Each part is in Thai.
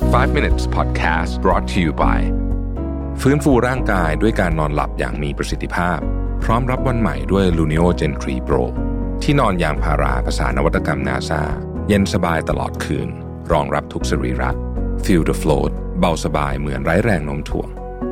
5 minutes podcast brought to you by ฟื้นฟูร่างกายด้วยการนอนหลับอย่างมีประสิทธิภาพพร้อมรับวันใหม่ด้วย Luno Gen 3 Pro ที่นอนยางพาราภาษานวัตกรรม NASA เย็นสบายตลอดคืนรองรับทุกสรีระ Feel the float เบาสบายเหมือนไร้แรงโน้มถ่วง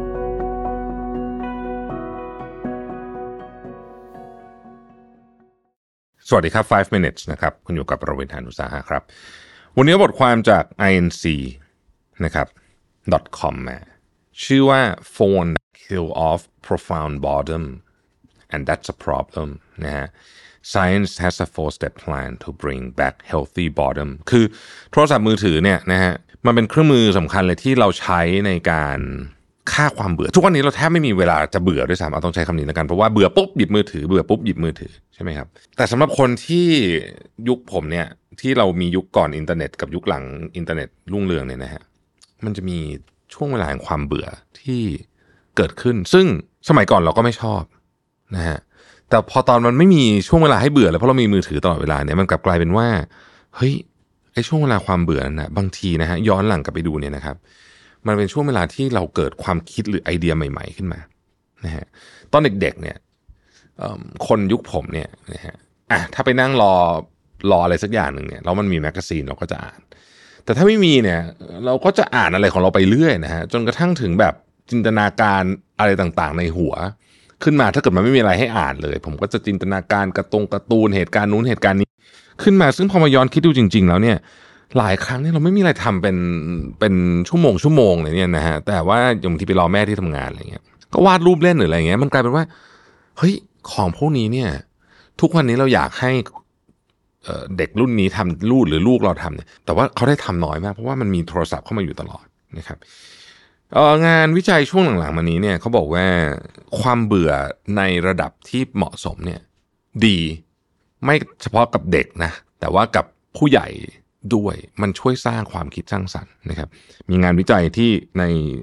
สวัสดีครับ5 minutes นะครับคุณอยู่กับประวิน หาญอุตสาหะครับวันนี้บทความจาก inc นะครับ .com มาชื่อว่า phone kill off profound boredom and that's a problem นะฮะ science has a 4-step plan to bring back healthy boredom คือโทรศัพท์มือถือเนี่ยนะฮะมันเป็นเครื่องมือสำคัญเลยที่เราใช้ในการฆ่าความเบื่อทุกวันนี้เราแทบไม่มีเวลาจะเบื่อด้วยซ้ำต้องใช้คำนี้แล้วกันเพราะว่าเบื่อปุ๊บหยิบมือถือเบื่อปุ๊บหยิบมือถือใช่ไหมครับแต่สำหรับคนที่ยุคผมเนี่ยที่เรามียุคก่อนอินเทอร์เน็ตกับยุคหลังอินเทอร์เน็ตรุ่งเรืองเนี่ยนะฮะมันจะมีช่วงเวลาแห่งความเบื่อที่เกิดขึ้นซึ่งสมัยก่อนเราก็ไม่ชอบนะฮะแต่พอตอนมันไม่มีช่วงเวลาให้เบื่อแล้วเพราะเรามีมือถือตลอดเวลาเนี่ยมันกลับกลายเป็นว่าเฮ้ยไอ้ช่วงเวลาความเบื่อนั่นนะบางทีนะฮะย้อนหลังกลับไปดูเนี่ยนะครับมันเป็นช่วงเวลาที่เราเกิดความคิดหรือไอเดียใหม่ๆขึ้นมานะฮะตอนเด็กๆเนี่ยคนยุคผมเนี่ยนะฮะถ้าไปนั่งรออะไรสักอย่างหนึ่งเนี่ยแล้วมันมีแมกกาซีนเราก็จะอ่านแต่ถ้าไม่มีเนี่ยเราก็จะอ่านอะไรของเราไปเรื่อยนะฮะจนกระทั่งถึงแบบจินตนาการอะไรต่างๆในหัวขึ้นมาถ้าเกิดมันไม่มีอะไรให้อ่านเลยผมก็จะจินตนาการการ์ตูนเหตุการณ์นู้นเหตุการณ์นี้ขึ้นมาซึ่งพอมาย้อนคิดดูจริงๆแล้วเนี่ยหลายครั้งเนี่ยเราไม่มีอะไรทำเป็นชั่วโมงเลยเนี่ยนะฮะแต่ว่าอย่างบางทีไปรอแม่ที่ทำงานอะไรเงี้ยก็วาดรูปเล่นหรืออะไรเงี้ยมันกลายเป็นว่าเฮ้ยของพวกนี้เนี่ยทุกวันนี้เราอยากให้เด็กรุ่นนี้ทำลูกเราทำเนี่ยแต่ว่าเขาได้ทำน้อยมากเพราะว่ามันมีโทรศัพท์เข้ามาอยู่ตลอดนะครับงานวิจัยช่วงหลังๆมานี้เนี่ยเขาบอกว่าความเบื่อในระดับที่เหมาะสมเนี่ยดีไม่เฉพาะกับเด็กนะแต่ว่ากับผู้ใหญ่ด้วยมันช่วยสร้างความคิดสร้างสรรค์นะครับมีงานวิจัยที่ใน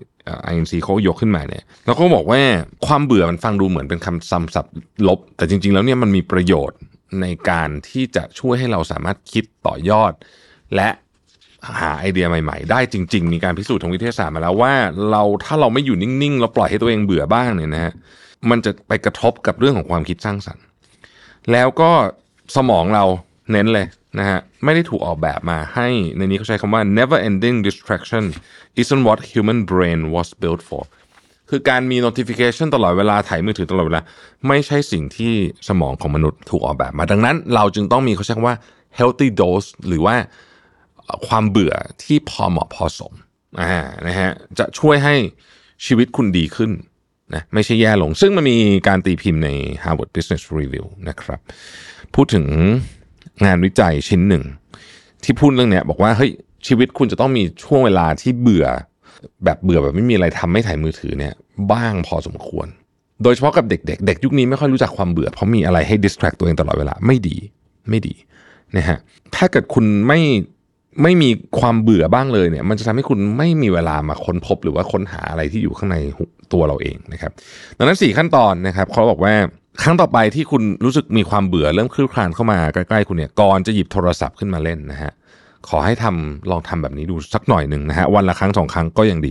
INC เขายกขึ้นมาเนี่ยแล้วก็บอกว่าความเบื่อมันฟังดูเหมือนเป็นคำศัพท์ลบแต่จริงๆแล้วเนี่ยมันมีประโยชน์ในการที่จะช่วยให้เราสามารถคิดต่อยอดและหาไอเดียใหม่ๆได้จริงๆมีการพิสูจน์ทางวิทยาศาสตร์มาแล้วว่าถ้าเราไม่อยู่นิ่งๆเราปล่อยให้ตัวเองเบื่อบ้างเนี่ยนะฮะมันจะไปกระทบกับเรื่องของความคิดสร้างสรรค์แล้วก็สมองเราเน้นเลยนะฮะไม่ได้ถูกออกแบบมาให้ในนี้เขาใช้คำว่า never ending distraction isn't what human brain was built for คือการมี notification ตลอดเวลาถ่ายมือถือตลอดเวลาไม่ใช่สิ่งที่สมองของมนุษย์ถูกออกแบบมาดังนั้นเราจึงต้องมีเขาใช้คำว่า healthy dose หรือว่าความเบื่อที่พอเหมาะพอสมนะฮะจะช่วยให้ชีวิตคุณดีขึ้นนะไม่ใช่แย่ลงซึ่งมันมีการตีพิมพ์ใน Harvard Business Review นะครับพูดถึงงานวิจัยชิ้นหนึ่งที่พูดเรื่องนี้บอกว่าเฮ้ยชีวิตคุณจะต้องมีช่วงเวลาที่เบื่อแบบไม่มีอะไรทำไม่ถ่ายมือถือเนี่ยบ้างพอสมควรโดยเฉพาะกับเด็กเด็กยุคนี้ไม่ค่อยรู้จักความเบื่อเพราะมีอะไรให้ distract ตัวเองตลอดเวลาไม่ดีนะฮะถ้าเกิดคุณไม่มีความเบื่อบ้างเลยเนี่ยมันจะทำให้คุณไม่มีเวลามาค้นพบหรือว่าค้นหาอะไรที่อยู่ข้างในตัวเราเองนะครับดังนั้น4ขั้นตอนนะครับเขาบอกว่าครั้งต่อไปที่คุณรู้สึกมีความเบื่อเริ่มคลืบคลานเข้ามาใกล้ๆคุณเนี่ยก่อนจะหยิบโทรศัพท์ขึ้นมาเล่นนะฮะขอให้ลองทำแบบนี้ดูสักหน่อยหนึ่งนะฮะวันละครั้ง2ครั้งก็ยังดี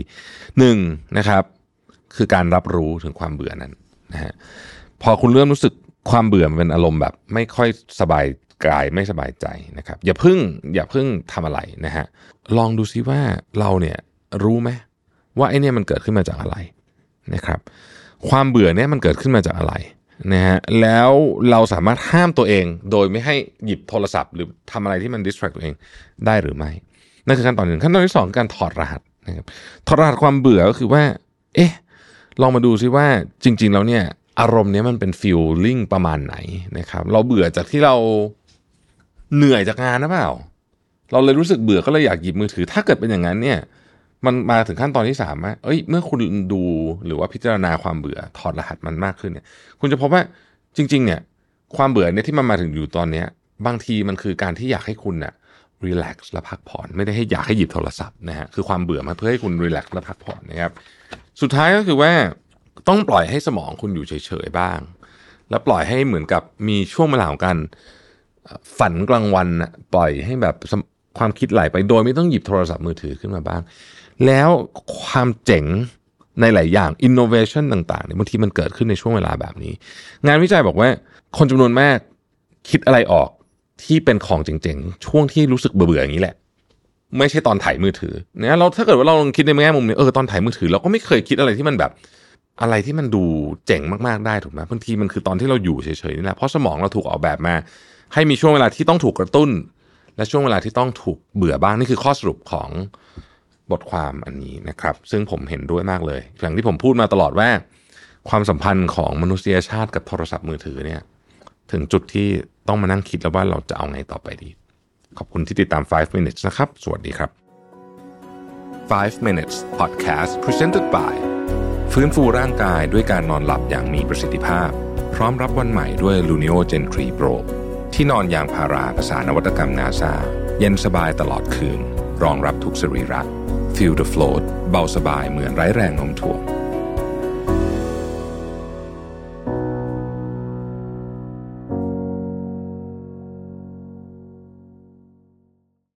1นะครับคือการรับรู้ถึงความเบื่อนั้นนะฮะพอคุณเริ่มรู้สึกความเบื่อมันเป็นอารมณ์แบบไม่ค่อยสบายกายไม่สบายใจนะครับอย่าเพิ่งทำอะไรนะฮะลองดูซิว่าเราเนี่ยรู้ไหมว่าไอ้นี่มันเกิดขึ้นมาจากอะไรนะครับความเบื่อเนี่ยมันเกิดขึ้นมาจากอะไรนะฮะแล้วเราสามารถห้ามตัวเองโดยไม่ให้หยิบโทรศัพท์หรือทำอะไรที่มัน distract ตัวเองได้หรือไม่นั่นคือขั้นตอน1ขั้นตอนที่2การถอดรหัสนะครับถอดรหัสความเบื่อก็คือว่าลองมาดูซิว่าจริงๆแล้วเนี่ยอารมณ์นี้มันเป็น feeling ประมาณไหนนะครับเราเบื่อจากที่เราเหนื่อยจากงานหรือเปล่าเราเลยรู้สึกเบื่อก็เลยอยากหยิบมือถือถ้าเกิดเป็นอย่างนั้นเนี่ยมันมาถึงขั้นตอนที่3ไหมเมื่อคุณดูหรือว่าพิจารณาความเบื่อถอดรหัสมันมากขึ้นเนี่ยคุณจะพบว่าจริงๆเนี่ยความเบื่อเนี่ยที่มันมาถึงอยู่ตอนนี้บางทีมันคือการที่อยากให้คุณน่ะรีแลกซ์และพักผ่อนไม่ได้อยากให้หยิบโทรศัพท์นะฮะคือความเบื่อมาเพื่อให้คุณรีแลกซ์และพักผ่อนนะครับสุดท้ายก็คือว่าต้องปล่อยให้สมองคุณอยู่เฉยๆบ้างแล้วปล่อยให้เหมือนกับมีช่วงเวลาของการฝันกลางวันน่ะปล่อยให้แบบความคิดไหลไปโดยไม่ต้องหยิบโทรศัพท์มือถือขึ้นมาบ้างแล้วความเจ๋งในหลายอย่าง innovation ต่างๆเนี่ยบางทีมันเกิดขึ้นในช่วงเวลาแบบนี้งานวิจัยบอกว่าคนจำนวนมากคิดอะไรออกที่เป็นของเจ๋งๆช่วงที่รู้สึกเบื่อๆอย่างนี้แหละไม่ใช่ตอนถ่ายมือถือเนี่ยเราถ้าเกิดว่าเราลองคิดในแง่มุมนี้ตอนถ่ายมือถือเราก็ไม่เคยคิดอะไรที่มันแบบอะไรที่มันดูเจ๋งมากๆได้ถูกไหมบางทีมันคือตอนที่เราอยู่เฉยๆนี่แหละเพราะสมองเราถูกออกแบบมาให้มีช่วงเวลาที่ต้องถูกกระตุ้นและช่วงเวลาที่ต้องถูกเบื่อบ้างนี่คือข้อสรุปของบทความอันนี้นะครับซึ่งผมเห็นด้วยมากเลยอย่างที่ผมพูดมาตลอดว่าความสัมพันธ์ของมนุษยชาติกับโทรศัพท์มือถือเนี่ยถึงจุดที่ต้องมานั่งคิดแล้วว่าเราจะเอาไงต่อไปดีขอบคุณที่ติดตาม5 minutes นะครับสวัสดีครับ5 minutes podcast presented by ฟื้นฟูร่างกายด้วยการนอนหลับอย่างมีประสิทธิภาพพร้อมรับวันใหม่ด้วย Luno Gen 3 Pro ที่นอนยางพาราภาษานวัตกรรม NASA เย็นสบายตลอดคืนรองรับทุกสรีระ Feel the float เบาสบายเหมือนไร้แรงโน้มถ่วง